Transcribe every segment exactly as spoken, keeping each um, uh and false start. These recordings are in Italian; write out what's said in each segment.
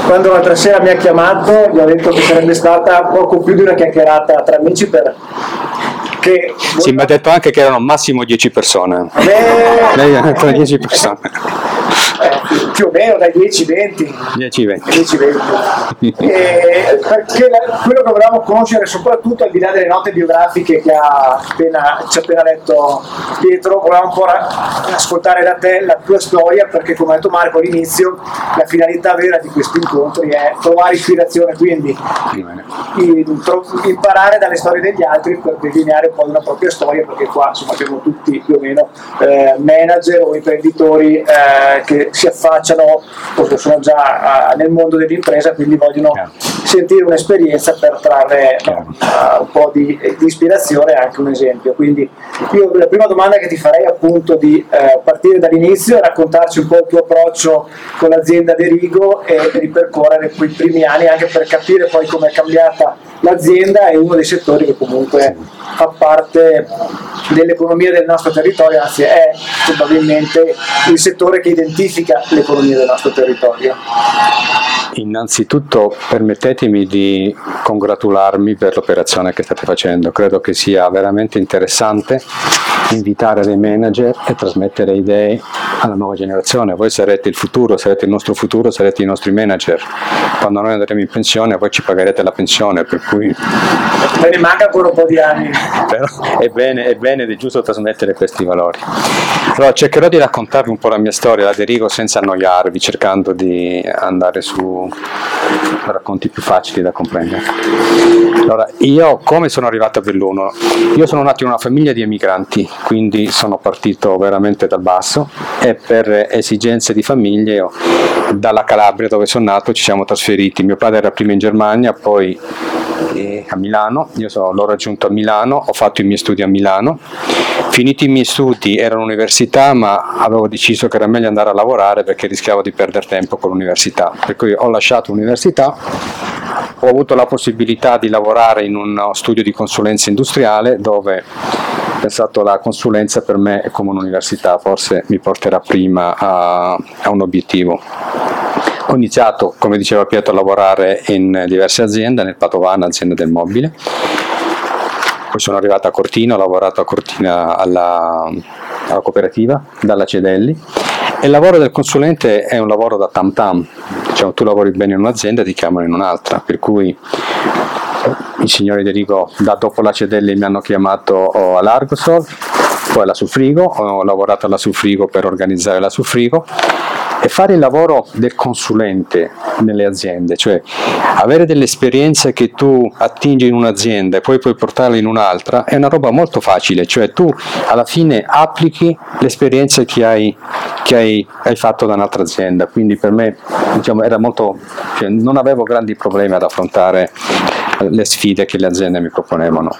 quando l'altra sera mi ha chiamato gli ho detto che sarebbe stata poco più di una chiacchierata tra amici per... Che sì, mi ha detto anche che erano massimo dieci persone. Beh, Lei ha detto dieci persone. Eh, più o meno dai dieci venti. dieci venti. dieci venti. E perché la, quello che volevamo conoscere, soprattutto al di là delle note biografiche che ha appena, ci ha appena letto Pietro, volevamo un po' ascoltare da te la tua storia, perché come ha detto Marco all'inizio, la finalità vera di questi incontri è trovare ispirazione, quindi in, tro, imparare dalle storie degli altri per delineare poi una propria storia, perché qua insomma siamo tutti più o meno eh, manager o imprenditori eh, che si affacciano o sono già uh, nel mondo dell'impresa, quindi vogliono yeah. sentire un'esperienza per trarre no, uh, un po' di, di ispirazione e anche un esempio. Quindi io la prima domanda che ti farei è appunto di uh, partire dall'inizio e raccontarci un po' il tuo approccio con l'azienda Derigo e ripercorrere quei primi anni, anche per capire poi come è cambiata l'azienda e uno dei settori che comunque fa parte dell'economia del nostro territorio, anzi è probabilmente il settore che identifica l'economia del nostro territorio. Innanzitutto permettetemi di congratularmi per l'operazione che state facendo, credo che sia veramente interessante invitare dei manager e trasmettere idee alla nuova generazione. Voi sarete il futuro, sarete il nostro futuro, sarete i nostri manager. Quando noi andremo in pensione voi ci pagherete la pensione, per cui me ne manca ancora un po' di anni. Però è bene, è bene ed è giusto trasmettere questi valori. Allora cercherò di raccontarvi un po' la mia storia, la Derigo, senza annoiarvi, cercando di andare su racconti più facili da comprendere. Allora, io come sono arrivato a Belluno? Io sono nato in una famiglia di emigranti, quindi sono partito veramente dal basso e per esigenze di famiglia io dalla Calabria, dove sono nato, ci siamo trasferiti. Mio padre era prima in Germania, poi a Milano, io so, l'ho raggiunto a Milano, ho fatto i miei studi a Milano. Finiti i miei studi ero all'università, ma avevo deciso che era meglio andare a lavorare perché rischiavo di perdere tempo con l'università, per cui ho lasciato l'università. Ho avuto la possibilità di lavorare in uno studio di consulenza industriale dove ho pensato la consulenza per me è come un'università, forse mi porterà prima a, a un obiettivo. Ho iniziato, come diceva Pietro, a lavorare in diverse aziende, nel Padovano, azienda del mobile. Poi sono arrivato a Cortina, ho lavorato a Cortina alla, alla cooperativa, dalla Cedelli. E il lavoro del consulente è un lavoro da tam tam, cioè tu lavori bene in un'azienda e ti chiamano in un'altra, per cui i signori Derigo da dopo la Cedelli mi hanno chiamato all'Argosol, poi alla Sulfrigo, ho lavorato alla Sulfrigo per organizzare la Sulfrigo. E fare il lavoro del consulente nelle aziende, cioè avere delle esperienze che tu attingi in un'azienda e poi puoi portarle in un'altra, è una roba molto facile, cioè tu alla fine applichi le esperienze che hai, che hai, hai fatto da un'altra azienda, quindi per me diciamo, era molto, cioè, non avevo grandi problemi ad affrontare le sfide che le aziende mi proponevano.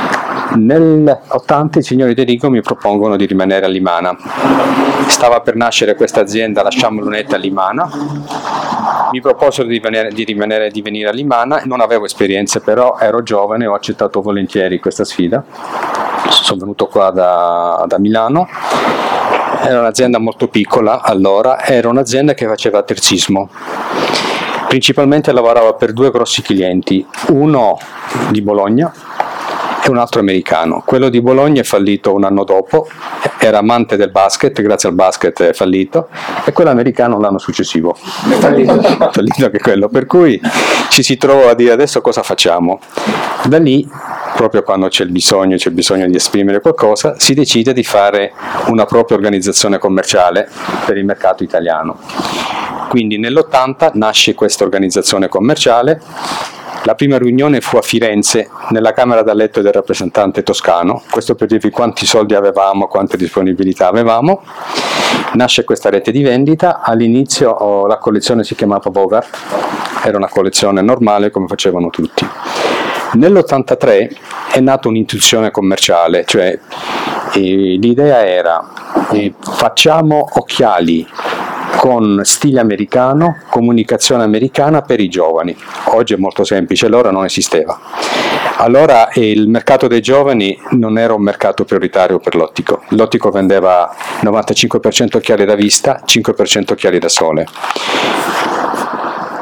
Nel ottanta i signori Derigo mi propongono di rimanere a Limana. Stava per nascere questa azienda, la Champ-Lunette a Limana. Mi proposero di, venire, di rimanere di venire a Limana, non avevo esperienze, però ero giovane e ho accettato volentieri questa sfida. Sono venuto qua da, da Milano. Era un'azienda molto piccola allora, era un'azienda che faceva terzismo. Principalmente lavorava per due grossi clienti, uno di Bologna e un altro americano. Quello di Bologna è fallito un anno dopo, era amante del basket, grazie al basket è fallito, e quello americano l'anno successivo è fallito, è fallito anche quello, per cui ci si trova a dire adesso cosa facciamo. Da lì, proprio quando c'è il bisogno, c'è bisogno di esprimere qualcosa, si decide di fare una propria organizzazione commerciale per il mercato italiano. Quindi nell'ottanta nasce questa organizzazione commerciale. La prima riunione fu a Firenze, nella camera da letto del rappresentante toscano, questo per dirvi quanti soldi avevamo, quante disponibilità avevamo. Nasce questa rete di vendita, all'inizio oh, la collezione si chiamava Bogart, era una collezione normale come facevano tutti. Nell'ottantatré è nata un'intuizione commerciale, cioè eh, l'idea era eh, facciamo occhiali con stile americano, comunicazione americana per i giovani. Oggi è molto semplice, allora non esisteva. Allora eh, il mercato dei giovani non era un mercato prioritario per l'ottico. L'ottico vendeva novantacinque per cento occhiali da vista, cinque per cento occhiali da sole.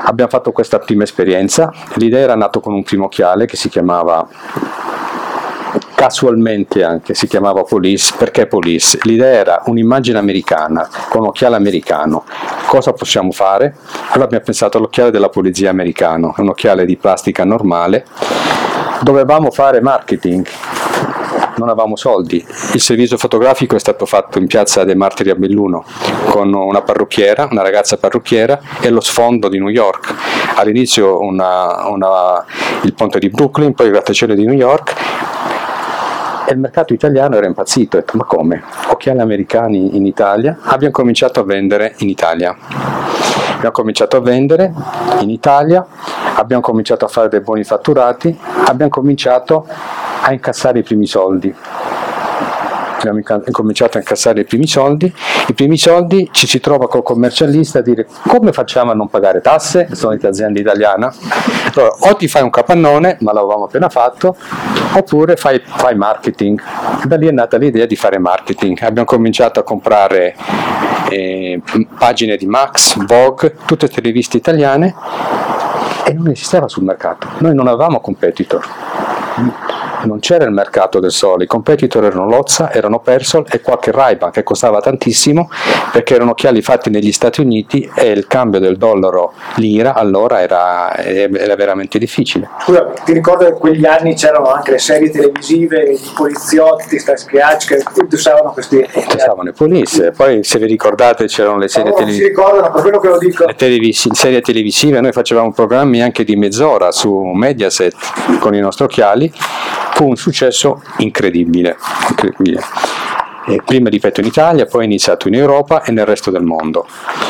Abbiamo fatto questa prima esperienza, l'idea era nata con un primo occhiale che si chiamava, casualmente anche, si chiamava Police. Perché Police? L'idea era un'immagine americana, con un occhiale americano. Cosa possiamo fare? Allora abbiamo pensato all'occhiale della polizia americano, un occhiale di plastica normale. Dovevamo fare marketing, non avevamo soldi. Il servizio fotografico è stato fatto in piazza dei Martiri a Belluno con una parrucchiera, una ragazza parrucchiera, e lo sfondo di New York. All'inizio una, una, il ponte di Brooklyn, poi il grattacielo di New York, e il mercato italiano era impazzito. Ha detto: ma come? Occhiali americani in Italia? Abbiamo cominciato a vendere in Italia. Abbiamo cominciato a vendere in Italia, abbiamo cominciato a fare dei buoni fatturati, abbiamo cominciato a incassare i primi soldi. Abbiamo cominciato a incassare i primi soldi, i primi soldi ci si trova col commercialista a dire: come facciamo a non pagare tasse? Solita azienda italiana. Allora, o ti fai un capannone, ma l'avevamo appena fatto, oppure fai, fai marketing. E da lì è nata l'idea di fare marketing. Abbiamo cominciato a comprare eh, pagine di Max, Vogue, tutte le riviste italiane, e non esisteva sul mercato. Noi non avevamo competitor. Non c'era il mercato del sole, i competitor erano Lozza, erano Persol e qualche Ray-Ban che costava tantissimo, perché erano occhiali fatti negli Stati Uniti e il cambio del dollaro lira allora era, era veramente difficile. Scusa, ti ricordo che in quegli anni c'erano anche le serie televisive, i poliziotti, Starsky che usavano questi... Usavano i police, poi se vi ricordate c'erano le serie no, televisive. Non si ricordano, per quello che lo dico. Le televis- serie televisive, noi facevamo programmi anche di mezz'ora su Mediaset con i nostri occhiali. Fu un successo incredibile, incredibile. E prima, ripeto, in Italia, poi è iniziato in Europa e nel resto del mondo.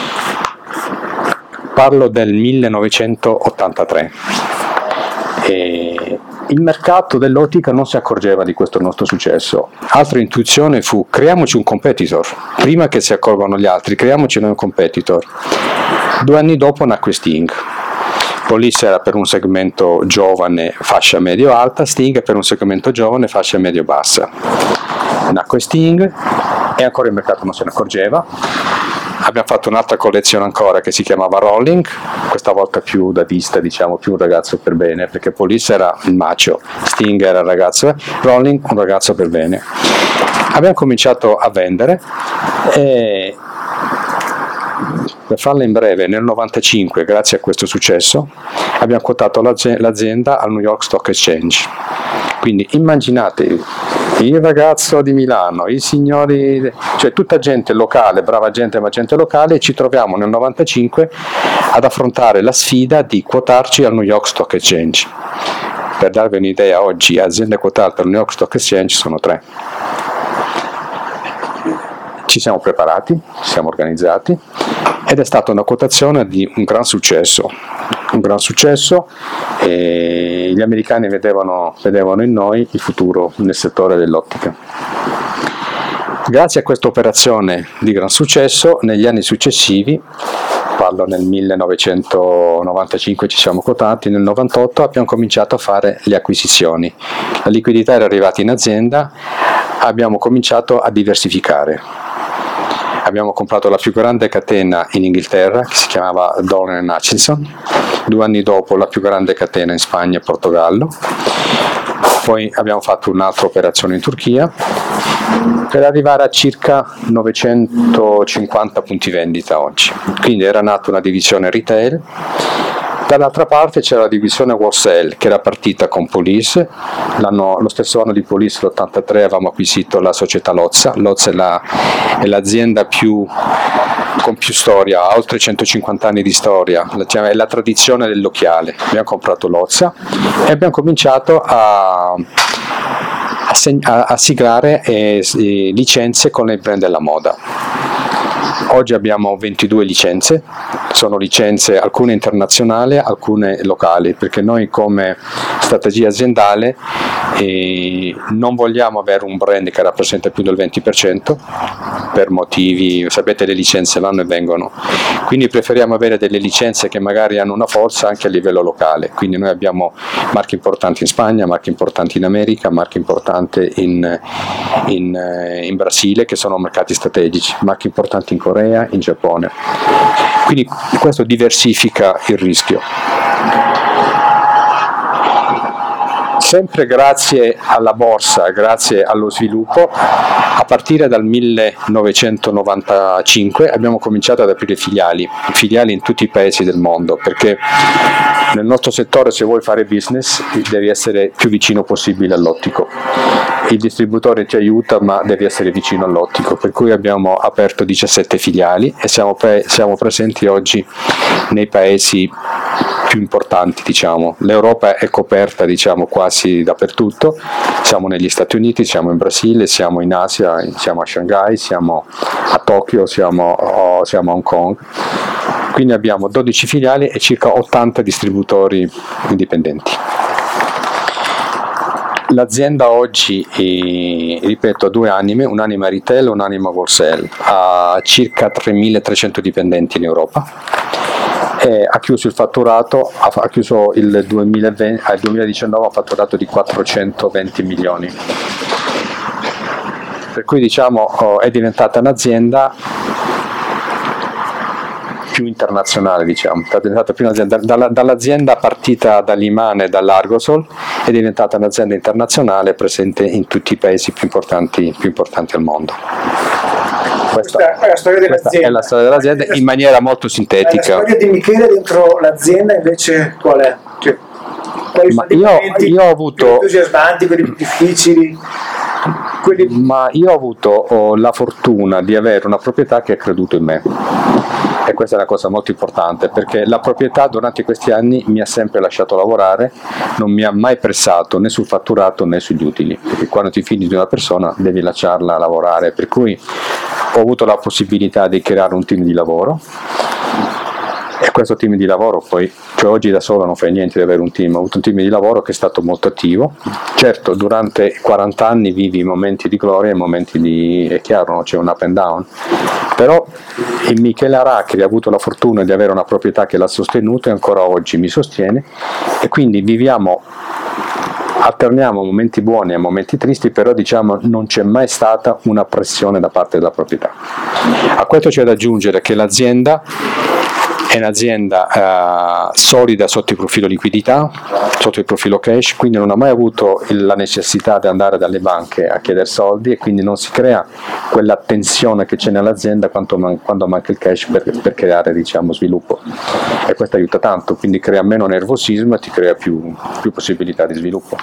Parlo del millenovecentottantatré. E il mercato dell'ottica non si accorgeva di questo nostro successo. Altra intuizione fu: creiamoci un competitor, prima che si accorgano gli altri, creiamoci noi un competitor. Due anni dopo nacque Sting. Police era per un segmento giovane, fascia medio-alta, Sting per un segmento giovane, fascia medio-bassa. Nacque Sting e ancora il mercato non se ne accorgeva. Abbiamo fatto un'altra collezione ancora che si chiamava Rolling, questa volta più da vista, diciamo, più un ragazzo per bene, perché Police era il macho, Sting era il ragazzo, Rolling un ragazzo per bene. Abbiamo cominciato a vendere e, per farla in breve, nel novantacinque, grazie a questo successo, abbiamo quotato l'azienda al New York Stock Exchange. Quindi immaginatevi il ragazzo di Milano, i signori, cioè tutta gente locale, brava gente ma gente locale, ci troviamo nel novantacinque ad affrontare la sfida di quotarci al New York Stock Exchange. Per darvi un'idea, oggi aziende quotate al New York Stock Exchange sono tre. Ci siamo preparati, ci siamo organizzati ed è stata una quotazione di un gran successo, un gran successo e gli americani vedevano, vedevano in noi il futuro nel settore dell'ottica. Grazie a questa operazione di gran successo, negli anni successivi, parlo nel millenovecentonovantacinque ci siamo quotati, nel novantotto abbiamo cominciato a fare le acquisizioni, la liquidità era arrivata in azienda, abbiamo cominciato a diversificare. Abbiamo comprato la più grande catena in Inghilterra che si chiamava Dolan and Hutchinson, due anni dopo la più grande catena in Spagna e Portogallo, poi abbiamo fatto un'altra operazione in Turchia per arrivare a circa novecentocinquanta punti vendita oggi. Quindi era nata una divisione retail. Dall'altra parte c'era la divisione wholesale che era partita con Police, l'anno, lo stesso anno di Police, l'ottantatré, avevamo acquisito la società Lozza. Lozza è, la, è l'azienda più, con più storia, ha oltre centocinquanta anni di storia, è la tradizione dell'occhiale. Abbiamo comprato Lozza e abbiamo cominciato a, a, seg- a, a siglare eh, licenze con il brand della moda. Oggi abbiamo ventidue licenze, sono licenze alcune internazionali, alcune locali, perché noi come strategia aziendale eh, non vogliamo avere un brand che rappresenta più del venti per cento per motivi, sapete, le licenze vanno e vengono, quindi preferiamo avere delle licenze che magari hanno una forza anche a livello locale, quindi noi abbiamo marche importanti in Spagna, marche importanti in America, marche importanti in, in, in Brasile che sono mercati strategici, marche importanti in Corea, in Giappone. Quindi questo diversifica il rischio. Sempre grazie alla borsa, grazie allo sviluppo, a partire dal millenovecentonovantacinque abbiamo cominciato ad aprire filiali, filiali in tutti i paesi del mondo, perché nel nostro settore, se vuoi fare business, devi essere più vicino possibile all'ottico. Il distributore ti aiuta, ma devi essere vicino all'ottico, per cui abbiamo aperto diciassette filiali e siamo, pre- siamo presenti oggi nei paesi più importanti, diciamo. L'Europa è coperta, diciamo, quasi dappertutto. Siamo negli Stati Uniti, siamo in Brasile, siamo in Asia, siamo a Shanghai, siamo a Tokyo, siamo, oh, siamo a Hong Kong. Quindi abbiamo dodici filiali e circa ottanta distributori indipendenti. L'azienda oggi, eh, ripeto, ha due anime, un'anima retail e un'anima wholesale, ha circa tremilatrecento dipendenti in Europa. E ha chiuso il fatturato, ha chiuso il duemilaventi, il duemiladiciannove ha fatturato di quattrocentoventi milioni. Per cui, diciamo, è diventata un'azienda più internazionale, diciamo, è diventata più un'azienda, dalla, dall'azienda partita dall'Iman e dall'Argosol è diventata un'azienda internazionale presente in tutti i paesi più importanti, più importanti al mondo. Questa, questa è la storia dell'azienda. È la storia dell'azienda in maniera molto sintetica. La storia di Michele dentro l'azienda invece qual è? Cioè, quali Ma sono io, i io ho avuto più entusiasmanti, quelli più difficili? Quelli... Ma io ho avuto oh, la fortuna di avere una proprietà che ha creduto in me. E questa è una cosa molto importante, perché la proprietà durante questi anni mi ha sempre lasciato lavorare, non mi ha mai pressato né sul fatturato né sugli utili, perché quando ti fidi di una persona devi lasciarla lavorare, per cui ho avuto la possibilità di creare un team di lavoro. E questo team di lavoro poi, cioè oggi da solo non fai niente di avere un team, ho avuto un team di lavoro che è stato molto attivo. Certo, durante quaranta anni vivi momenti di gloria e momenti di, è chiaro, no? C'è un up and down, però il Michele Aracri ha avuto la fortuna di avere una proprietà che l'ha sostenuto e ancora oggi mi sostiene, e quindi viviamo, alterniamo momenti buoni e momenti tristi, però diciamo non c'è mai stata una pressione da parte della proprietà. A questo c'è da aggiungere che l'azienda è un'azienda eh, solida sotto il profilo liquidità, sotto il profilo cash, quindi non ha mai avuto il, la necessità di andare dalle banche a chiedere soldi, e quindi non si crea quella tensione che c'è nell'azienda quando, man, quando manca il cash per, per creare, diciamo, sviluppo, e questo aiuta tanto, quindi crea meno nervosismo e ti crea più, più possibilità di sviluppo.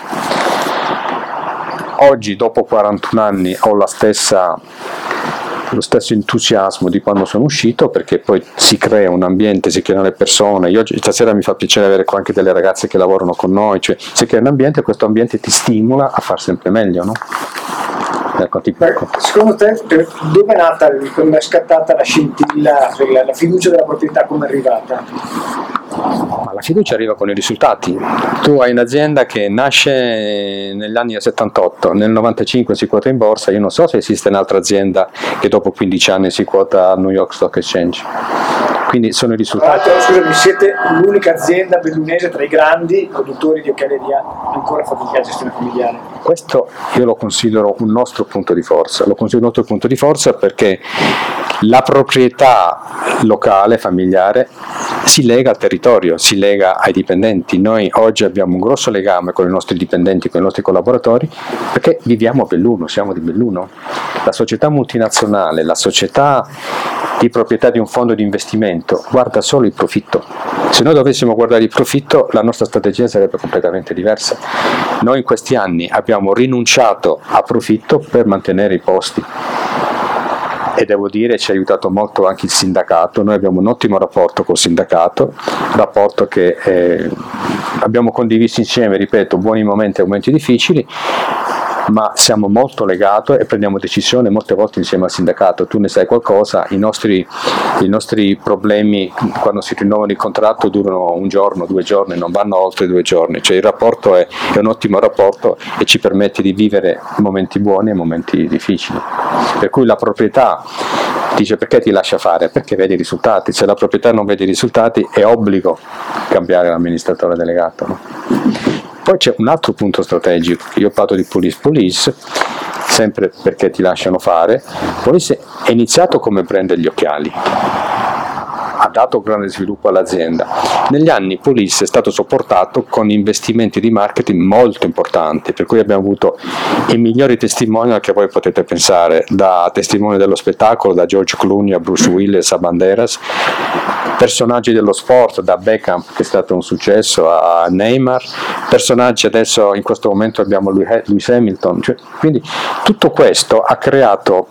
Oggi, dopo quarantuno anni, ho la stessa lo stesso entusiasmo di quando sono uscito, perché poi si crea un ambiente, si creano le persone. Io stasera mi fa piacere avere qua anche delle ragazze che lavorano con noi, cioè si crea un ambiente e questo ambiente ti stimola a far sempre meglio, no? Ecco, Beh, secondo te dove è nata, come è scattata la scintilla, la fiducia della proprietà, come è arrivata? Ma la fiducia arriva con i risultati. Tu hai un'azienda che nasce negli anni settantotto, nel novantacinque si quota in borsa, io non so se esiste un'altra azienda che dopo quindici anni si quota al New York Stock Exchange. Quindi sono i risultati. Tra l'altro, scusami, siete l'unica azienda bellunese tra i grandi produttori di occhialeria ancora fatti a gestione familiare. Questo io lo considero un nostro punto di forza, lo considero un nostro punto di forza perché la proprietà locale, familiare, si lega al territorio, si lega ai dipendenti. Noi oggi abbiamo un grosso legame con i nostri dipendenti, con i nostri collaboratori, perché viviamo a Belluno, siamo di Belluno. La società multinazionale, la società di proprietà di un fondo di investimento guarda solo il profitto. Se noi dovessimo guardare il profitto, la nostra strategia sarebbe completamente diversa. Noi in questi anni abbiamo rinunciato a profitto per mantenere i posti. E devo dire ci ha aiutato molto anche il sindacato. Noi abbiamo un ottimo rapporto col sindacato, rapporto che eh, abbiamo condiviso insieme, ripeto, buoni momenti e momenti difficili, ma siamo molto legati e prendiamo decisioni molte volte insieme al sindacato. Tu ne sai qualcosa, i nostri, i nostri problemi quando si rinnovano il contratto durano un giorno, due giorni, non vanno oltre due giorni, cioè il rapporto è, è un ottimo rapporto e ci permette di vivere momenti buoni e momenti difficili, per cui la proprietà dice perché ti lascia fare? Perché vedi i risultati. Se la proprietà non vede i risultati è obbligo cambiare l'amministratore delegato, no? Poi c'è un altro punto strategico, io parlo di police police, sempre perché ti lasciano fare. Police è iniziato come brand degli occhiali, ha dato grande sviluppo all'azienda. Negli anni Police è stato sopportato con investimenti di marketing molto importanti, per cui abbiamo avuto i migliori testimonial che voi potete pensare, da testimoni dello spettacolo, da George Clooney a Bruce Willis a Banderas, personaggi dello sport, da Beckham, che è stato un successo, a Neymar, personaggi, adesso in questo momento abbiamo Lewis Hamilton, cioè, quindi tutto questo ha creato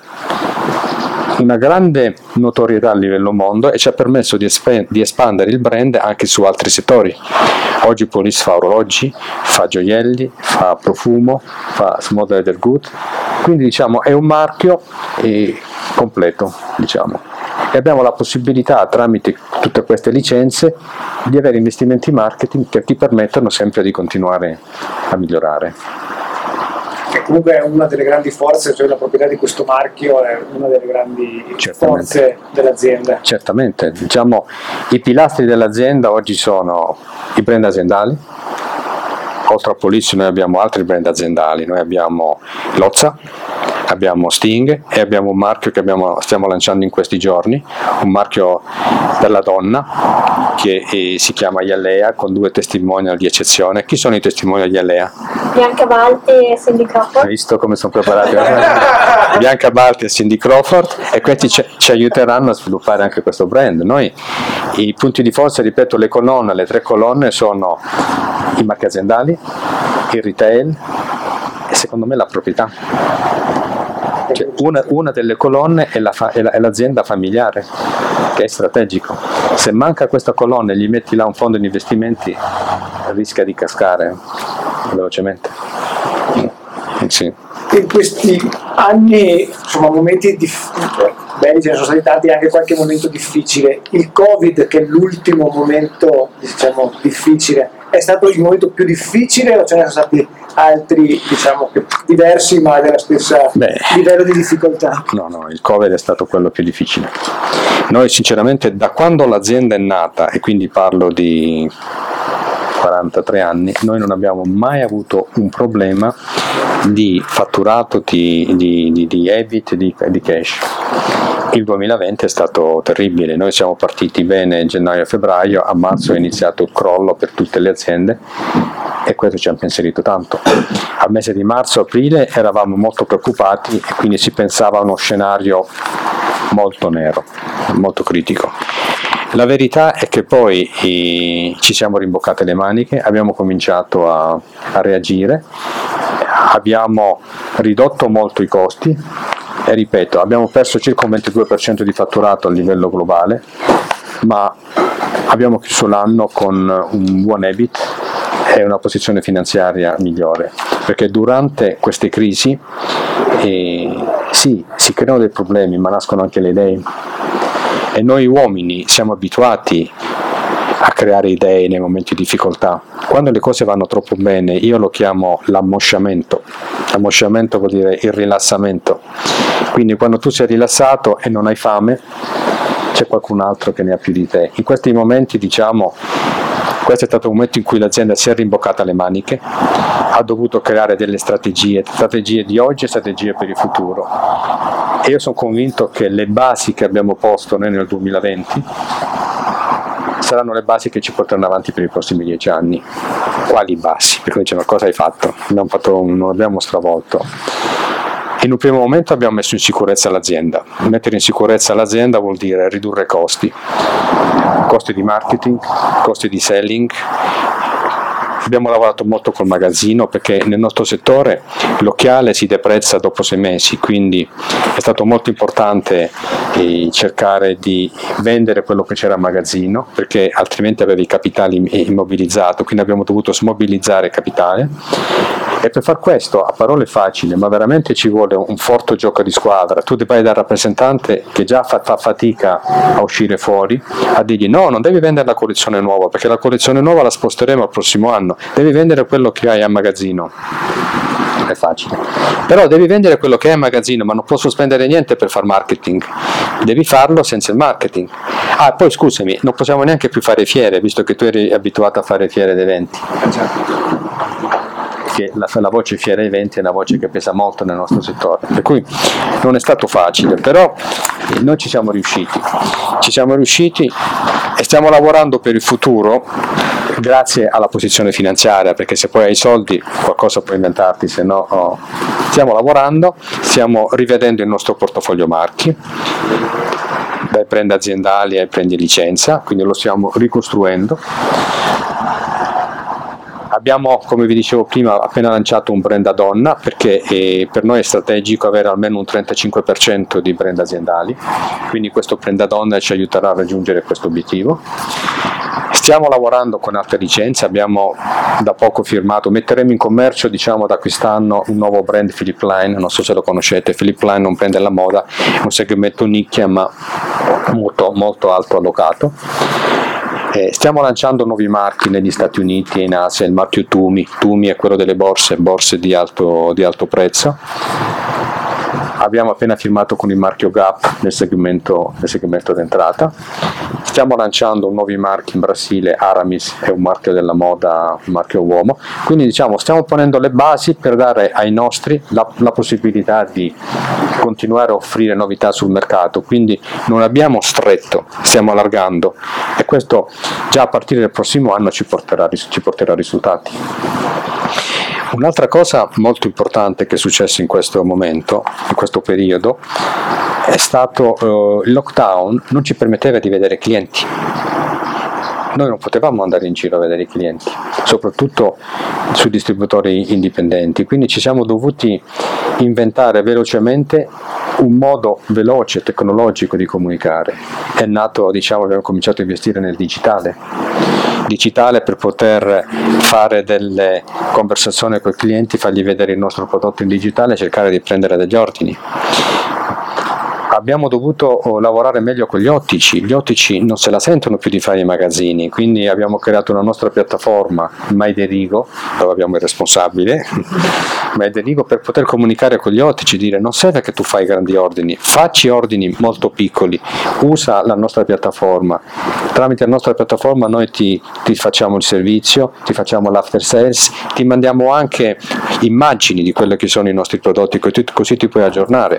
una grande notorietà a livello mondo e ci ha permesso di, esp- di espandere il brand anche su altri settori. Oggi Police fa orologi, fa gioielli, fa profumo, fa small leather good, quindi diciamo è un marchio eh, completo, diciamo. E abbiamo la possibilità, tramite tutte queste licenze, di avere investimenti in marketing che ti permettono sempre di continuare a migliorare. Che comunque è una delle grandi forze, cioè la proprietà di questo marchio è una delle grandi Certamente. forze dell'azienda. Certamente, diciamo i pilastri dell'azienda oggi sono i brand aziendali. Oltre a Police noi abbiamo altri brand aziendali, noi abbiamo Lozza, abbiamo Sting e abbiamo un marchio che abbiamo, stiamo lanciando in questi giorni, un marchio per la donna che eh, si chiama Yalea, con due testimonial di eccezione. Chi sono i testimonial di Yalea? Bianca Balti e Cindy Crawford. Hai visto come sono preparati? Bianca Balti e Cindy Crawford, e questi ci, ci aiuteranno a sviluppare anche questo brand. Noi i punti di forza, ripeto, le colonne, le tre colonne sono i marchi aziendali, il retail e secondo me la proprietà. Cioè, una, una delle colonne è, la fa, è, la, è l'azienda familiare, che è strategico. Se manca questa colonna e gli metti là un fondo di investimenti, rischia di cascare velocemente. Sì. In questi anni, insomma, momenti difficili, belli, ce ne sono stati tanti, anche qualche momento difficile. Il Covid, che è l'ultimo momento, diciamo, difficile, è stato il momento più difficile o ce ne sono stati altri, diciamo, diversi ma dello stesso Beh, livello di difficoltà? No, no, il Covid è stato quello più difficile. Noi sinceramente, da quando l'azienda è nata, e quindi parlo di quarantatré anni, noi non abbiamo mai avuto un problema di fatturato, di, di, di, di E B I T, di, di cash. Il duemilaventi è stato terribile, noi siamo partiti bene gennaio e febbraio, a marzo è iniziato il crollo per tutte le aziende e questo ci ha impensierito tanto. Al mese di marzo-aprile eravamo molto preoccupati e quindi si pensava a uno scenario molto nero, molto critico. La verità è che poi eh, ci siamo rimboccate le maniche, abbiamo cominciato a, a reagire, abbiamo ridotto molto i costi e ripeto, abbiamo perso circa un ventidue per cento di fatturato a livello globale, ma abbiamo chiuso l'anno con un buon E B I T e una posizione finanziaria migliore, perché durante queste crisi eh, sì, si creano dei problemi, ma nascono anche le idee. E noi uomini siamo abituati a creare idee nei momenti di difficoltà. Quando le cose vanno troppo bene, io lo chiamo l'ammosciamento. L'ammosciamento vuol dire il rilassamento. Quindi quando tu sei rilassato e non hai fame, c'è qualcun altro che ne ha più di te. In questi momenti, diciamo, questo è stato un momento in cui l'azienda si è rimboccata le maniche, ha dovuto creare delle strategie, strategie di oggi e strategie per il futuro. E io sono convinto che le basi che abbiamo posto noi nel duemilaventi saranno le basi che ci porteranno avanti per i prossimi dieci anni. Quali basi? Perché diceva, cosa hai fatto? Abbiamo fatto, non abbiamo stravolto. In un primo momento abbiamo messo in sicurezza l'azienda. Mettere in sicurezza l'azienda vuol dire ridurre costi, costi di marketing, costi di selling. Abbiamo lavorato molto col magazzino perché nel nostro settore l'occhiale si deprezza dopo sei mesi, quindi è stato molto importante eh, cercare di vendere quello che c'era al magazzino, perché altrimenti avevi capitali immobilizzato, quindi abbiamo dovuto smobilizzare capitale. E per far questo, a parole facili, ma veramente ci vuole un forte gioco di squadra. Tu vai dal rappresentante che già fa, fa fatica a uscire fuori, a dirgli no, non devi vendere la collezione nuova, perché la collezione nuova la sposteremo al prossimo anno, devi vendere quello che hai a magazzino. È facile. Però devi vendere quello che hai a magazzino, ma non posso spendere niente per far marketing. Devi farlo senza il marketing. Ah, poi scusami, non possiamo neanche più fare fiere, visto che tu eri abituato a fare fiere ed eventi. la, la voce Fiera Eventi è una voce che pesa molto nel nostro settore, per cui non è stato facile, però noi ci siamo riusciti, ci siamo riusciti e stiamo lavorando per il futuro grazie alla posizione finanziaria, perché se poi hai i soldi qualcosa puoi inventarti, se no oh. Stiamo lavorando, stiamo rivedendo il nostro portafoglio marchi, dai brand aziendali ai brand di licenza, quindi lo stiamo ricostruendo. Abbiamo, come vi dicevo prima, appena lanciato un brand a donna, perché eh, per noi è strategico avere almeno un trentacinque per cento di brand aziendali, quindi questo brand a donna ci aiuterà a raggiungere questo obiettivo. Stiamo lavorando con altre licenze, abbiamo da poco firmato, metteremo in commercio diciamo da quest'anno un nuovo brand Philipp Plein, non so se lo conoscete. Philipp Plein è un brand della moda, è un segmento nicchia ma molto, molto alto allocato. Eh, stiamo lanciando nuovi marchi negli Stati Uniti e in Asia, il marchio Tumi, Tumi è quello delle borse, borse di alto, di alto prezzo. Abbiamo appena firmato con il marchio Gap nel segmento, nel segmento d'entrata. Stiamo lanciando nuovi marchi in Brasile, Aramis è un marchio della moda, un marchio uomo, quindi diciamo stiamo ponendo le basi per dare ai nostri la, la possibilità di continuare a offrire novità sul mercato, quindi non abbiamo stretto, stiamo allargando e questo già a partire dal prossimo anno ci porterà, ci porterà risultati. Un'altra cosa molto importante che è successo in questo momento, in questo periodo, è stato uh, il lockdown non ci permetteva di vedere clienti. Noi non potevamo andare in giro a vedere i clienti, soprattutto sui distributori indipendenti, quindi ci siamo dovuti inventare velocemente un modo veloce, tecnologico di comunicare. È nato, diciamo, abbiamo cominciato a investire nel digitale, digitale per poter fare delle conversazioni con i clienti, fargli vedere il nostro prodotto in digitale e cercare di prendere degli ordini. Abbiamo dovuto lavorare meglio con gli ottici, gli ottici non se la sentono più di fare i magazzini, quindi abbiamo creato una nostra piattaforma, MyDerigo, dove abbiamo il responsabile, MyDerigo, per poter comunicare con gli ottici, dire non serve che tu fai grandi ordini, facci ordini molto piccoli, usa la nostra piattaforma, tramite la nostra piattaforma noi ti, ti facciamo il servizio, ti facciamo l'after sales, ti mandiamo anche immagini di quelli che sono i nostri prodotti, così ti puoi aggiornare.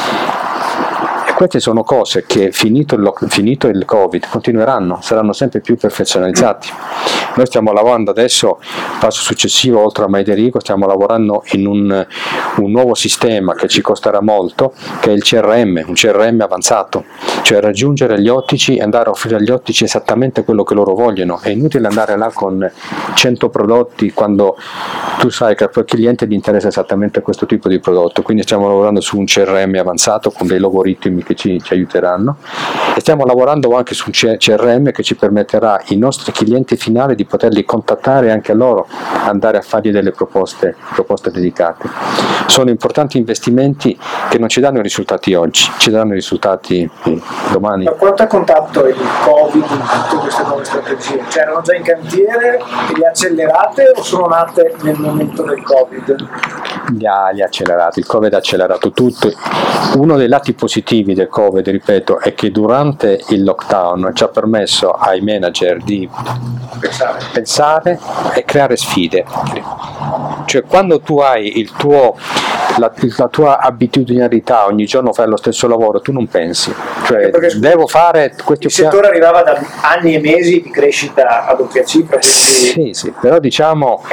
Queste sono cose che finito il, finito il Covid continueranno, saranno sempre più perfezionalizzati. Noi stiamo lavorando adesso, passo successivo, oltre a MyDerigo, stiamo lavorando in un, un nuovo sistema che ci costerà molto, che è il C R M, un C R M avanzato, cioè raggiungere gli ottici e andare a offrire agli ottici esattamente quello che loro vogliono. È inutile andare là con cento prodotti quando tu sai che a quel cliente gli interessa esattamente questo tipo di prodotto, quindi stiamo lavorando su un C R M avanzato con dei logaritmi che ci, ci aiuteranno e stiamo lavorando anche su un C R M che ci permetterà i nostri clienti finali di poterli contattare anche a loro, andare a fargli delle proposte, proposte dedicate. Sono importanti investimenti che non ci danno i risultati oggi, ci danno i risultati domani. Ma quanto ha contatto il Covid in tutte queste nuove strategie? Cioè erano già in cantiere e le accelerate o sono nate nel momento del Covid? Li ha, li ha accelerati, il Covid ha accelerato tutto. Uno dei lati positivi del Covid, ripeto, è che durante il lockdown ci ha permesso ai manager di Pensare. pensare e creare sfide. Cioè quando tu hai il tuo La, la tua abitudinarietà, ogni giorno fai lo stesso lavoro, tu non pensi, cioè devo fare questi il settore arrivava da anni e mesi di crescita a doppia cifra, quindi... sì sì, però diciamo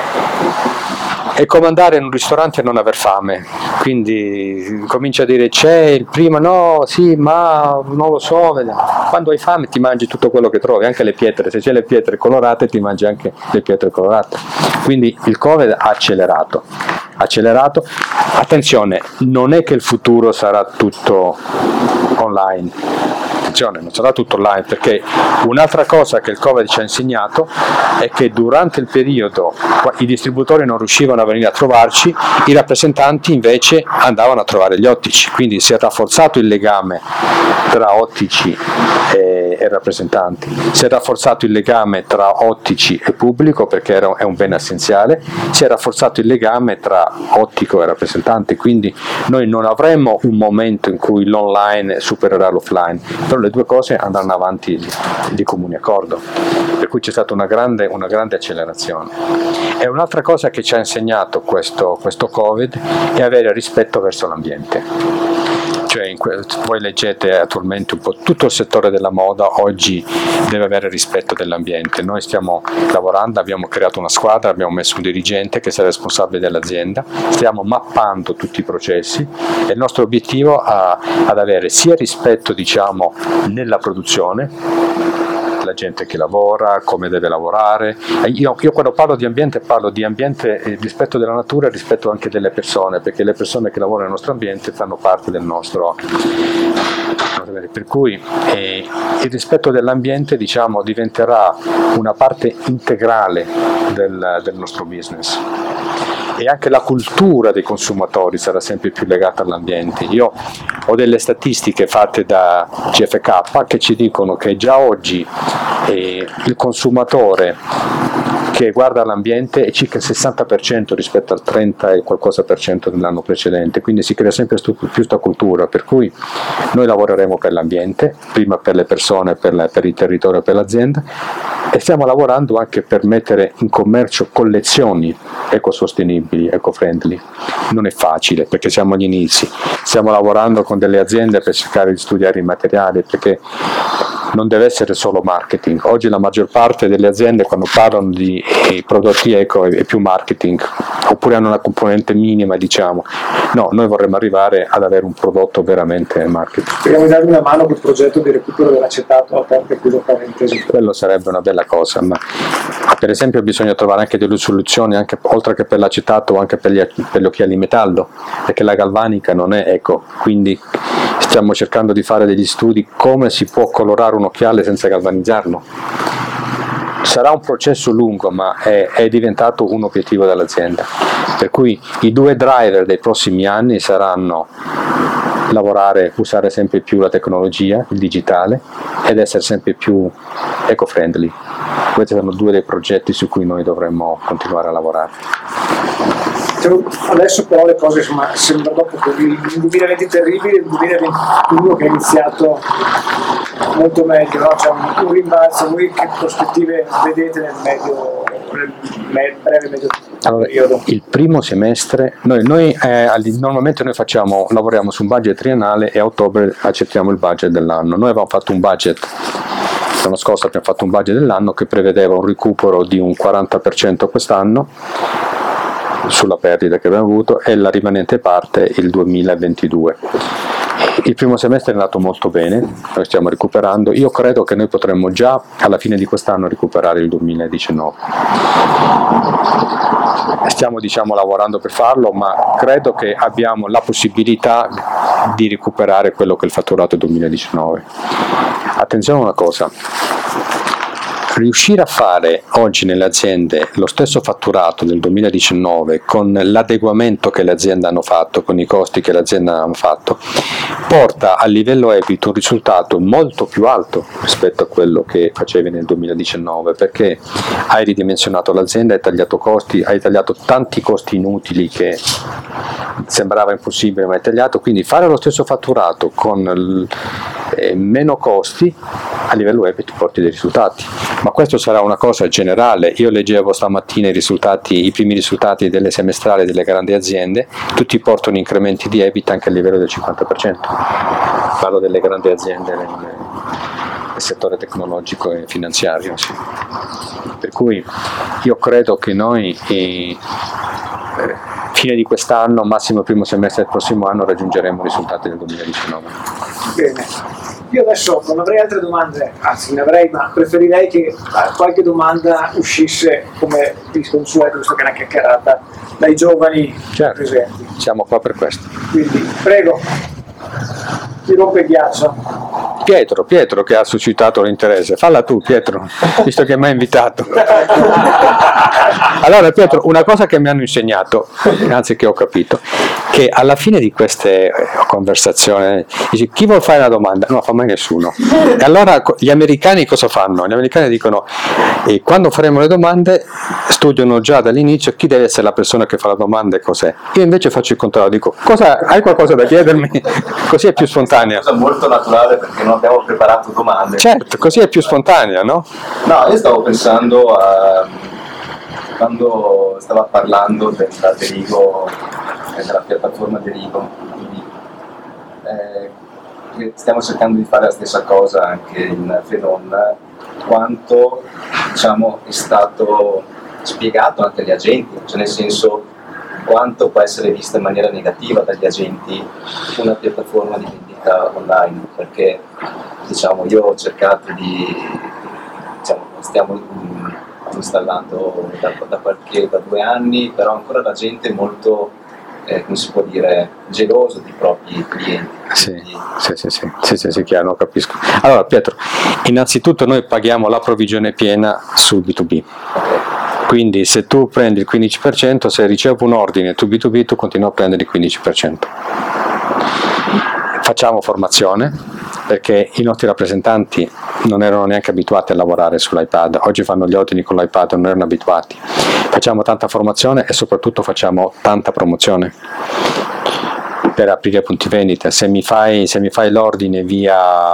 è come andare in un ristorante e non aver fame, quindi comincia a dire c'è il prima, no, sì, ma non lo so, vediamo. Quando hai fame ti mangi tutto quello che trovi, anche le pietre, se c'è le pietre colorate ti mangi anche le pietre colorate, quindi il Covid ha accelerato, accelerato. Attenzione, non è che il futuro sarà tutto online, attenzione, non sarà tutto online, perché un'altra cosa che il Covid ci ha insegnato è che durante il periodo i distributori non riuscivano a venire a trovarci, i rappresentanti invece andavano a trovare gli ottici, quindi si è rafforzato il legame tra ottici e, e rappresentanti, si è rafforzato il legame tra ottici e pubblico perché era, è un bene essenziale, si è rafforzato il legame tra ottico e rappresentante, quindi noi non avremo un momento in cui l'online supererà l'offline, però però le due cose andranno avanti di, di comune accordo, per cui c'è stata una grande, una grande accelerazione. E un'altra cosa che ci ha insegnato questo, questo Covid è avere rispetto verso l'ambiente. Cioè, in que- voi leggete attualmente un po' tutto il settore della moda oggi deve avere rispetto dell'ambiente. Noi stiamo lavorando, abbiamo creato una squadra, abbiamo messo un dirigente che sia responsabile dell'azienda, stiamo mappando tutti i processi e il nostro obiettivo è ad avere sia rispetto, diciamo, nella produzione, la gente che lavora, come deve lavorare. Io, io quando parlo di ambiente parlo di ambiente eh, rispetto della natura e rispetto anche delle persone, perché le persone che lavorano nel nostro ambiente fanno parte del nostro. Per cui eh, il rispetto dell'ambiente, diciamo, diventerà una parte integrale del, del nostro business. E anche la cultura dei consumatori sarà sempre più legata all'ambiente. Io ho delle statistiche fatte da G F K che ci dicono che già oggi eh, il consumatore che guarda l'ambiente è circa il sessanta per cento rispetto al trenta e qualcosa per cento dell'anno precedente, quindi si crea sempre stu- più questa cultura, per cui noi lavoreremo per l'ambiente, prima per le persone, per, la, per il territorio, per l'azienda, e stiamo lavorando anche per mettere in commercio collezioni ecosostenibili, eco-friendly. Non è facile perché siamo agli inizi, stiamo lavorando con delle aziende per cercare di studiare i materiali, perché non deve essere solo marketing. Oggi la maggior parte delle aziende quando parlano di prodotti eco è più marketing, oppure hanno una componente minima, diciamo. No, noi vorremmo arrivare ad avere un prodotto veramente marketing. Speriamo di darvi una mano col progetto di recupero dell'acetato, aperto e chiuso parentesi. Quello sarebbe una bella cosa, ma per esempio bisogna trovare anche delle soluzioni, anche, oltre che per l'acetato, anche per gli, per gli occhiali metallo, perché la galvanica non è eco, quindi stiamo cercando di fare degli studi come si può colorare un occhiale senza galvanizzarlo. Sarà un processo lungo, ma è, è diventato un obiettivo dell'azienda, per cui i due driver dei prossimi anni saranno lavorare, usare sempre più la tecnologia, il digitale, ed essere sempre più eco-friendly. Questi sono due dei progetti su cui noi dovremmo continuare a lavorare. Adesso però le cose, insomma, sembra dopo il duemilaventi terribile, il duemilaventuno che è iniziato molto meglio, no? C'è un, un rimbalzo. Voi che prospettive vedete nel medio, nel breve medio allora, periodo? Il primo semestre, noi, noi eh, normalmente noi facciamo, lavoriamo su un budget triennale e a ottobre accettiamo il budget dell'anno. Noi avevamo fatto un budget l'anno scorso, abbiamo fatto un budget dell'anno che prevedeva un recupero di un quaranta per cento quest'anno sulla perdita che abbiamo avuto e la rimanente parte il duemilaventidue. Il primo semestre è andato molto bene, noi stiamo recuperando, io credo che noi potremmo già alla fine di quest'anno recuperare il duemiladiciannove. Stiamo diciamo lavorando per farlo, ma credo che abbiamo la possibilità di recuperare quello che è il fatturato duemiladiciannove. Attenzione a una cosa, riuscire a fare oggi nelle aziende lo stesso fatturato del duemiladiciannove con l'adeguamento che le aziende hanno fatto, con i costi che le aziende hanno fatto, porta a livello E B I T un risultato molto più alto rispetto a quello che facevi nel duemiladiciannove, perché hai ridimensionato l'azienda, hai tagliato costi, hai tagliato tanti costi inutili che sembrava impossibile ma hai tagliato, quindi fare lo stesso fatturato con l- eh, meno costi a livello E B I T porti dei risultati. Ma questo sarà una cosa generale. Io leggevo stamattina i risultati, i primi risultati delle semestrali delle grandi aziende, tutti portano incrementi di E B I T anche a livello del cinquanta per cento. Parlo delle grandi aziende nel, nel settore tecnologico e finanziario. Sì. Per cui io credo che noi eh, fine di quest'anno, massimo primo semestre del prossimo anno, raggiungeremo i risultati del duemiladiciannove. Bene. Io adesso non avrei altre domande, anzi ne avrei, ma preferirei che qualche domanda uscisse come di consueto, visto che è una chiacchierata, dai giovani certo, presenti. Siamo qua per questo. Quindi, prego, chi rompe il ghiaccio? Pietro, Pietro che ha suscitato l'interesse, falla tu Pietro, visto che mi hai invitato. Allora Pietro, una cosa che mi hanno insegnato, anzi che ho capito, che alla fine di queste conversazioni dici chi vuol fare una domanda? No, fa mai nessuno. E allora gli americani cosa fanno? Gli americani dicono eh, quando faremo le domande studiano già dall'inizio chi deve essere la persona che fa la domanda e cos'è. Io invece faccio il contrario, dico cosa, hai qualcosa da chiedermi? Così è più spontanea. È una cosa molto naturale perché non abbiamo preparato domande. Certo, così è più spontanea, no? No, io stavo pensando a quando stava parlando della Derigo, della piattaforma Derigo, quindi, eh, che stiamo cercando di fare la stessa cosa anche in Fenon, quanto diciamo è stato spiegato anche agli agenti, cioè nel senso quanto può essere vista in maniera negativa dagli agenti una piattaforma di vendita online, perché diciamo io ho cercato di, diciamo, stiamo installando da, da, qualche, da due anni, però ancora la gente è molto, eh, come si può dire, geloso dei propri clienti. Sì, sì, sì, sì, sì, sì, sì, chiaro, capisco. Allora Pietro, innanzitutto noi paghiamo la provvigione piena sul B due B. Okay. Quindi se tu prendi il quindici per cento, se ricevo un ordine tu B due B, tu continui a prendere il quindici per cento. Facciamo formazione, perché i nostri rappresentanti non erano neanche abituati a lavorare sull'iPad, oggi fanno gli ordini con l'iPad, non erano abituati. Facciamo tanta formazione e soprattutto facciamo tanta promozione per aprire punti vendita. Se mi fai, se mi fai l'ordine via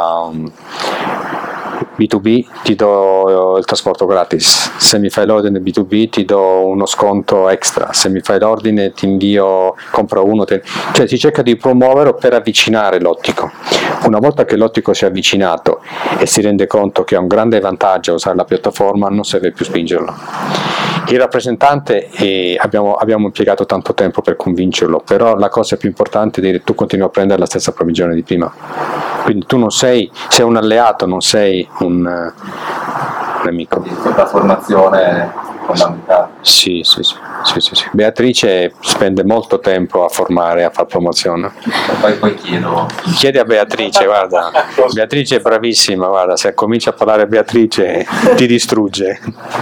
B due B ti do il trasporto gratis, se mi fai l'ordine B due B ti do uno sconto extra, se mi fai l'ordine ti invio, compro uno, te... cioè si cerca di promuovere per avvicinare l'ottico. Una volta che l'ottico si è avvicinato e si rende conto che ha un grande vantaggio a usare la piattaforma, non serve più spingerlo. Il rappresentante, eh, abbiamo, abbiamo impiegato tanto tempo per convincerlo, però la cosa più importante è dire tu continui a prendere la stessa provvigione di prima, quindi tu non sei, sei un alleato, non sei un, un amico. La formazione è fondamentale. Sì, sì, sì, sì, sì, sì. Beatrice spende molto tempo a formare, a fare promozione. E poi, poi chiedo. Chiedi a Beatrice, guarda, Beatrice è bravissima, guarda, se comincia a parlare Beatrice ti distrugge.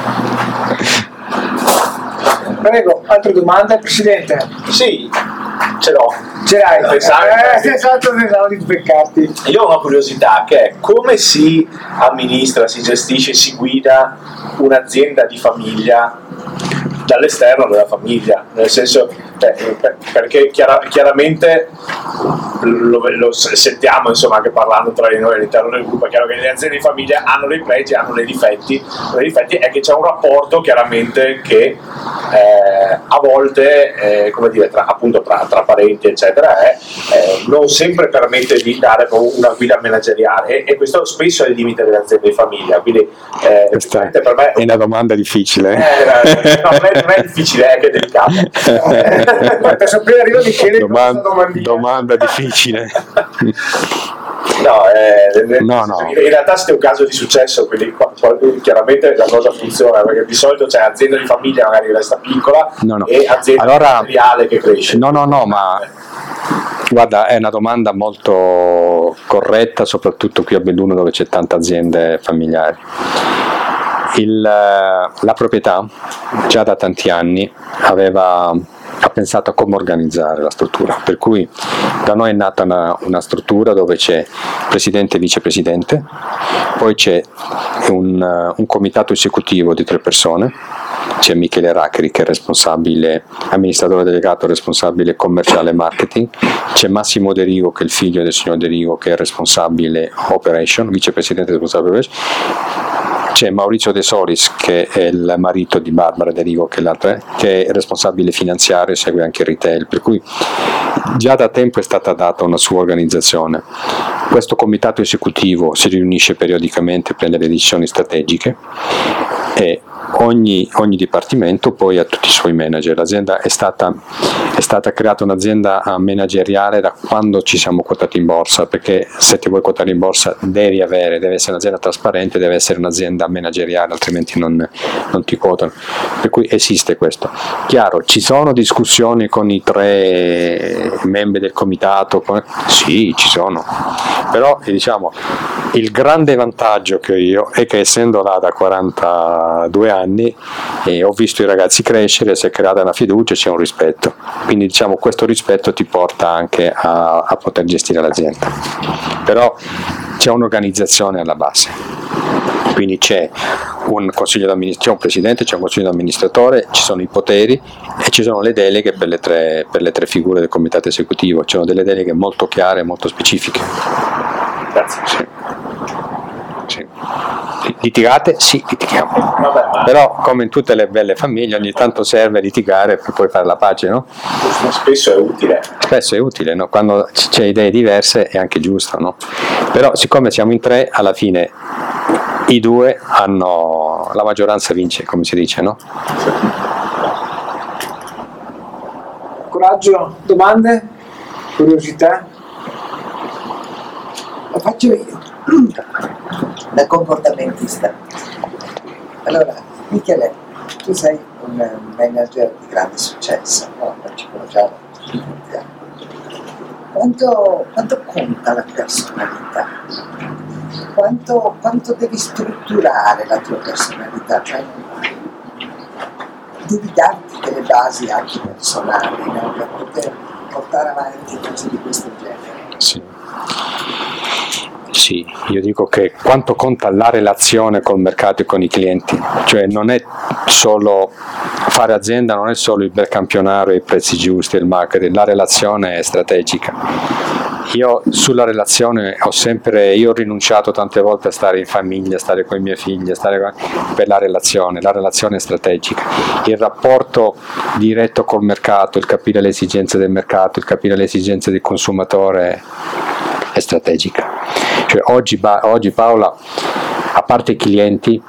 Prego, altre domande, Presidente? Sì, ce l'ho. Ce l'hai? Pensavo- Eh, esatto, pensavo di beccarti. Io ho una curiosità che è come si amministra, si gestisce, si guida un'azienda di famiglia dall'esterno della famiglia, nel senso, cioè, perché chiara, chiaramente lo, lo sentiamo insomma anche parlando tra di noi all'interno del gruppo, è chiaro che le aziende di famiglia hanno dei pregi, hanno dei difetti, dei difetti è che c'è un rapporto chiaramente che eh, a volte eh, come dire, tra, appunto tra, tra parenti eccetera è, eh, non sempre permette di dare una guida manageriale e, e questo spesso è il limite delle aziende di famiglia, quindi eh, Questa per me è una domanda difficile. eh, no, non, è, non è difficile, è che è delicato. Adesso appena arrivo mi chiede Domanda, questa domandina. domanda difficile. No, eh, No, no. in realtà siete un caso di successo, quindi qua- qua- chiaramente la cosa funziona, perché di solito c'è azienda di famiglia magari che resta piccola No, no. e azienda Allora- industriale che cresce. No, no, no, ma guarda, è una domanda molto corretta, soprattutto qui a Belluno dove c'è tante aziende familiari. Il, la proprietà già da tanti anni aveva, ha pensato a come organizzare la struttura, per cui da noi è nata una, una struttura dove c'è presidente e vicepresidente, poi c'è un, un comitato esecutivo di tre persone, c'è Michele Racheri che è responsabile, amministratore delegato responsabile commerciale e marketing, c'è Massimo De Rigo che è il figlio del signor De Rigo che è responsabile operation, vicepresidente responsabile operation, c'è Maurizio De Solis che è il marito di Barbara De Rigo che è, l'altra, che è responsabile finanziario e segue anche il retail, per cui già da tempo è stata data una sua organizzazione. Questo comitato esecutivo si riunisce periodicamente, prende le decisioni strategiche e ogni, ogni dipartimento poi ha tutti i suoi manager. L'azienda è stata, è stata creata un'azienda manageriale da quando ci siamo quotati in borsa, perché se ti vuoi quotare in borsa devi avere, deve essere un'azienda trasparente, deve essere un'azienda manageriale, altrimenti non, non ti quotano. Per cui esiste questo. Chiaro, ci sono discussioni con i tre membri del comitato? Con... Sì, ci sono. Però diciamo, il grande vantaggio che ho io è che essendo là da quarantadue anni e ho visto i ragazzi crescere, si è creata una fiducia, c'è un rispetto, quindi diciamo questo rispetto ti porta anche a, a poter gestire l'azienda, però c'è un'organizzazione alla base, quindi c'è un consiglio d'amministrazione, c'è un presidente, c'è un consiglio d'amministratore, ci sono i poteri e ci sono le deleghe per le tre, per le tre figure del comitato esecutivo, ci sono delle deleghe molto chiare, molto specifiche. Grazie. Sì. Litigate? Sì, litighiamo. Vabbè, ma Però, come in tutte le belle famiglie, ogni tanto serve litigare per poi fare la pace, no? spesso è utile. Spesso è utile, no? Quando c- c'è idee diverse è anche giusto, no? Però siccome siamo in tre, alla fine i due hanno la maggioranza vince, come si dice, no? Coraggio, domande? Curiosità? Lo faccio io, da comportamentista. Allora, Michele, tu sei un manager di grande successo, no? Noi ci conosciamo. Quanto, quanto conta la personalità? Quanto, quanto devi strutturare la tua personalità? Cioè, devi darti delle basi anche personali, no? Per poter portare avanti cose di questo genere. Sì. Sì, io dico che quanto conta la relazione col mercato e con i clienti, cioè non è solo fare azienda, non è solo il bel campionario, i prezzi giusti, il marketing, la relazione è strategica. Io sulla relazione ho sempre, io ho rinunciato tante volte a stare in famiglia, a stare con i miei figli, a stare con, per la relazione, la relazione è strategica. Il rapporto diretto col mercato, il capire le esigenze del mercato, il capire le esigenze del consumatore è strategica. Cioè oggi, oggi Paola, a parte i clienti,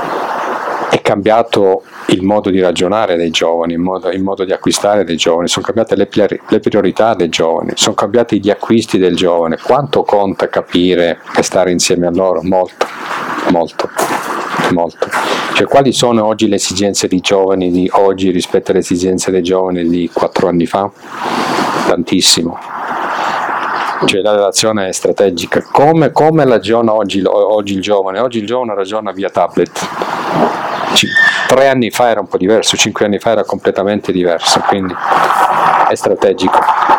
è cambiato il modo di ragionare dei giovani, il modo, il modo di acquistare dei giovani, sono cambiate le, le priorità dei giovani, sono cambiati gli acquisti del giovane. Quanto conta capire e stare insieme a loro? Molto, molto, molto. Cioè quali sono oggi le esigenze dei giovani di oggi rispetto alle esigenze dei giovani di quattro anni fa? Tantissimo. Cioè la relazione è strategica. Come, come ragiona oggi, oggi il giovane? Oggi il giovane ragiona via tablet. C- tre anni fa era un po' diverso, cinque anni fa era completamente diverso, quindi è strategico.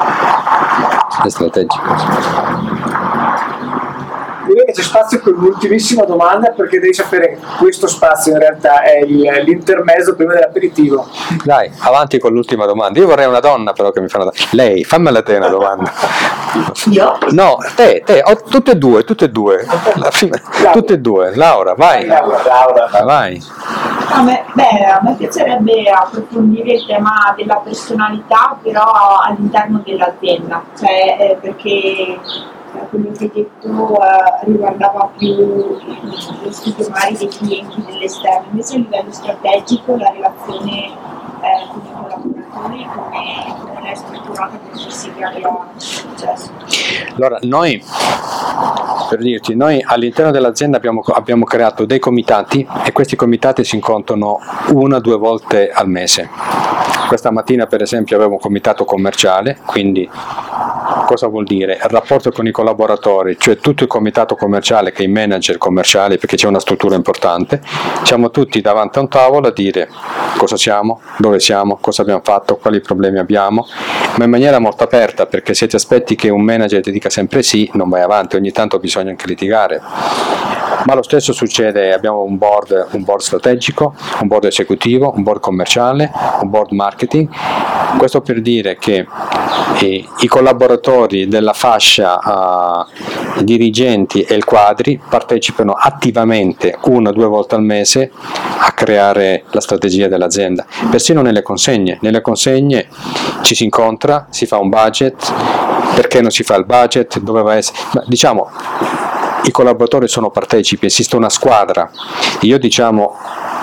È strategico. Direi che c'è spazio per un'ultimissima domanda, perché devi sapere che questo spazio in realtà è il, l'intermezzo prima dell'aperitivo. Dai, avanti con l'ultima domanda. Io vorrei una donna però che mi fa una domanda. Lei, fammela te una domanda. Io? No, te, te, oh, tutte e due, tutte e due. La prima, tutte e due. Laura, vai. Laura. Vai. A me, beh, a me piacerebbe approfondire il tema della personalità, però all'interno dell'azienda, cioè eh, perché quello che hai detto eh, riguardava più lo studio magari dei clienti dell'esterno, invece a livello strategico la relazione eh, con i collaboratori, come, come l'hai strutturata per sì che abbia successo. Allora, noi, per dirti, noi all'interno dell'azienda abbiamo, abbiamo creato dei comitati e questi comitati si incontrano una o due volte al mese. Questa mattina per esempio avevo un comitato commerciale, quindi cosa vuol dire? Il rapporto con i collaboratori, cioè tutto il comitato commerciale che i manager commerciali, perché c'è una struttura importante, siamo tutti davanti a un tavolo a dire cosa siamo, dove siamo, cosa abbiamo fatto, quali problemi abbiamo, ma in maniera molto aperta, perché se ti aspetti che un manager ti dica sempre sì, non vai avanti, ogni tanto bisogna anche litigare. Ma lo stesso succede, abbiamo un board, un board strategico, un board esecutivo, un board commerciale, un board marketing. Questo per dire che eh, i collaboratori della fascia uh, dirigenti e il quadri partecipano attivamente una o due volte al mese a creare la strategia dell'azienda, persino nelle consegne. Nelle consegne ci si incontra, si fa un budget, perché non si fa il budget, doveva essere, diciamo, i collaboratori sono partecipi, esiste una squadra, io diciamo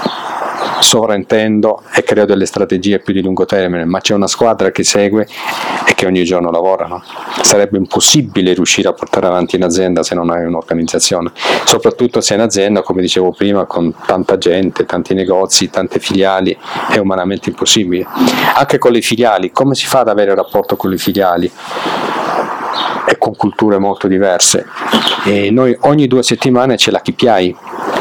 sovrintendo e creo delle strategie più di lungo termine, ma c'è una squadra che segue e che ogni giorno lavora, no? Sarebbe impossibile riuscire a portare avanti un'azienda se non hai un'organizzazione, soprattutto se è un'azienda, come dicevo prima, con tanta gente, tanti negozi, tante filiali, è umanamente impossibile. Anche con le filiali, come si fa ad avere un rapporto con le filiali? E con culture molto diverse, e noi ogni due settimane c'è la K P I,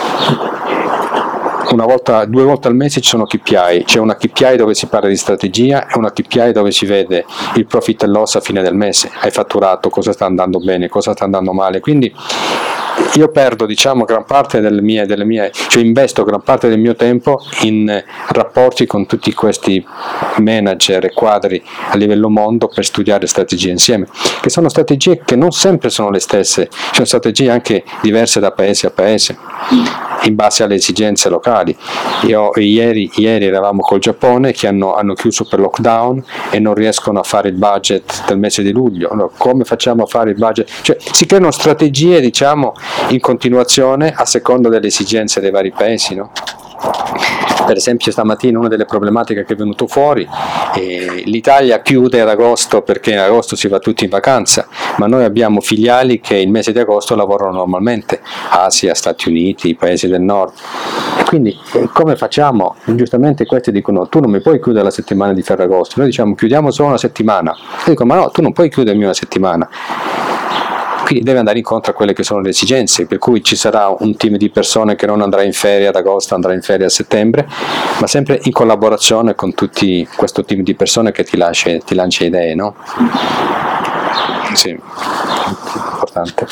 una volta, due volte al mese ci sono K P I, c'è una K P I dove si parla di strategia e una K P I dove si vede il profit and loss a fine del mese, hai fatturato, cosa sta andando bene, cosa sta andando male, quindi io perdo, diciamo, gran parte delle mie, delle mie, cioè investo gran parte del mio tempo in rapporti con tutti questi manager e quadri a livello mondo per studiare strategie insieme, che sono strategie che non sempre sono le stesse, sono strategie anche diverse da paese a paese, in base alle esigenze locali. Io, ieri, ieri eravamo col Giappone che hanno, hanno chiuso per lockdown e non riescono a fare il budget del mese di luglio. Allora, come facciamo a fare il budget? Cioè, si creano strategie, diciamo, in continuazione a seconda delle esigenze dei vari paesi, no? Per esempio stamattina una delle problematiche che è venuto fuori, eh, l'Italia chiude ad agosto perché in agosto si va tutti in vacanza, ma noi abbiamo filiali che il mese di agosto lavorano normalmente, Asia, Stati Uniti, paesi del nord, e quindi eh, come facciamo? Giustamente questi dicono tu non mi puoi chiudere la settimana di Ferragosto, noi diciamo chiudiamo solo una settimana, io dico ma no, tu non puoi chiudermi una settimana. Quindi deve andare incontro a quelle che sono le esigenze, per cui ci sarà un team di persone che non andrà in ferie ad agosto, andrà in ferie a settembre, ma sempre in collaborazione con tutti questo team di persone che ti lancia, ti lancia idee, no? Sì, importante.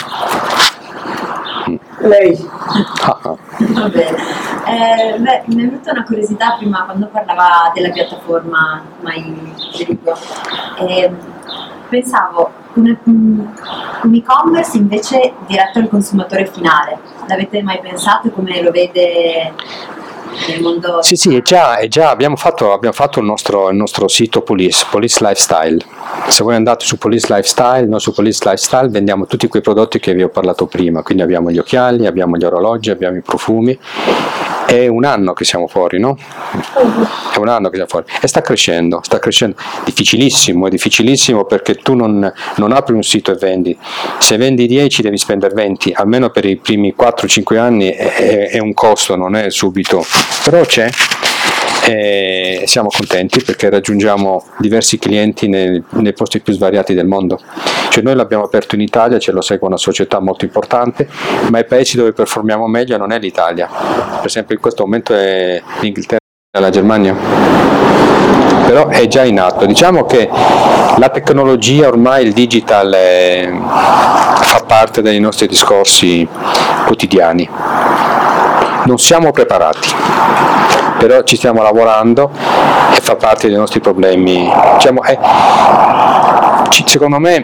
Lei? Ah, ah. Va bene. Eh, beh, mi è venuta una curiosità prima quando parlava della piattaforma MyDerigo. Eh, pensavo un, un e-commerce invece diretto al consumatore finale. L'avete mai pensato come lo vede nel mondo? Sì, sì, è già, è già abbiamo fatto, abbiamo fatto il, nostro, il nostro sito Police, Police Lifestyle. Se voi andate su Police Lifestyle, noi su Police Lifestyle vendiamo tutti quei prodotti che vi ho parlato prima, quindi abbiamo gli occhiali, abbiamo gli orologi, abbiamo i profumi. È un anno che siamo fuori, no? È un anno che siamo fuori e sta crescendo, sta crescendo. Difficilissimo, è difficilissimo perché tu non, non apri un sito e vendi. Se vendi dieci devi spendere venti, almeno per i primi quattro cinque anni è, è un costo, non è subito, però c'è. E siamo contenti perché raggiungiamo diversi clienti nei, nei posti più svariati del mondo. Cioè noi l'abbiamo aperto in Italia, ce lo segue una società molto importante, ma i paesi dove performiamo meglio non è l'Italia, per esempio in questo momento è l'Inghilterra e la Germania, però è già in atto. Diciamo che la tecnologia, ormai il digital è, fa parte dei nostri discorsi quotidiani, non siamo preparati, però ci stiamo lavorando e fa parte dei nostri problemi. Diciamo, è, secondo me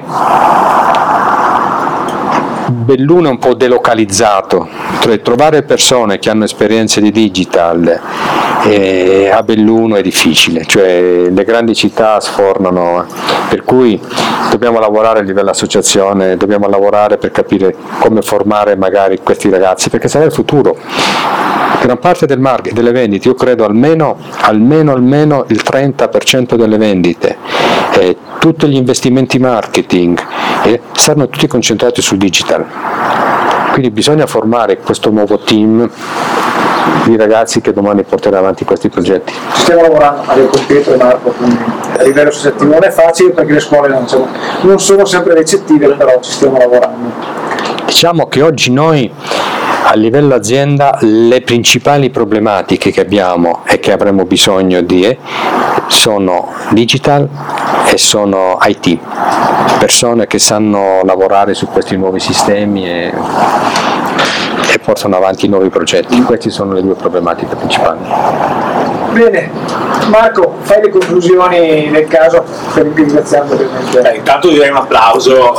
Belluno è un po' delocalizzato, cioè trovare persone che hanno esperienze di digital eh, a Belluno è difficile, cioè le grandi città sfornano, per cui dobbiamo lavorare a livello associazione, dobbiamo lavorare per capire come formare magari questi ragazzi, perché sarà il futuro. Gran parte del market, delle vendite, io credo almeno, almeno, almeno il trenta per cento delle vendite, eh, tutti gli investimenti marketing eh, stanno tutti concentrati sul digital. Quindi bisogna formare questo nuovo team di ragazzi che domani porterà avanti questi progetti. Ci stiamo lavorando, avevo con Pietro e Marco, quindi a livello associativo non è facile perché le scuole non sono, non sono sempre ricettive, però ci stiamo lavorando. Diciamo che oggi noi a livello azienda le principali problematiche che abbiamo e che avremo bisogno di sono digital e sono I T, persone che sanno lavorare su questi nuovi sistemi e, e portano avanti nuovi progetti. Queste sono le due problematiche principali. Bene, Marco, fai le conclusioni nel caso per ringraziando ovviamente. Eh, intanto direi un applauso.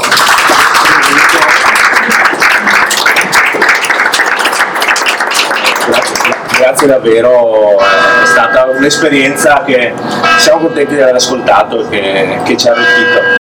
Grazie davvero, è stata un'esperienza che siamo contenti di aver ascoltato e che, che ci ha arricchito.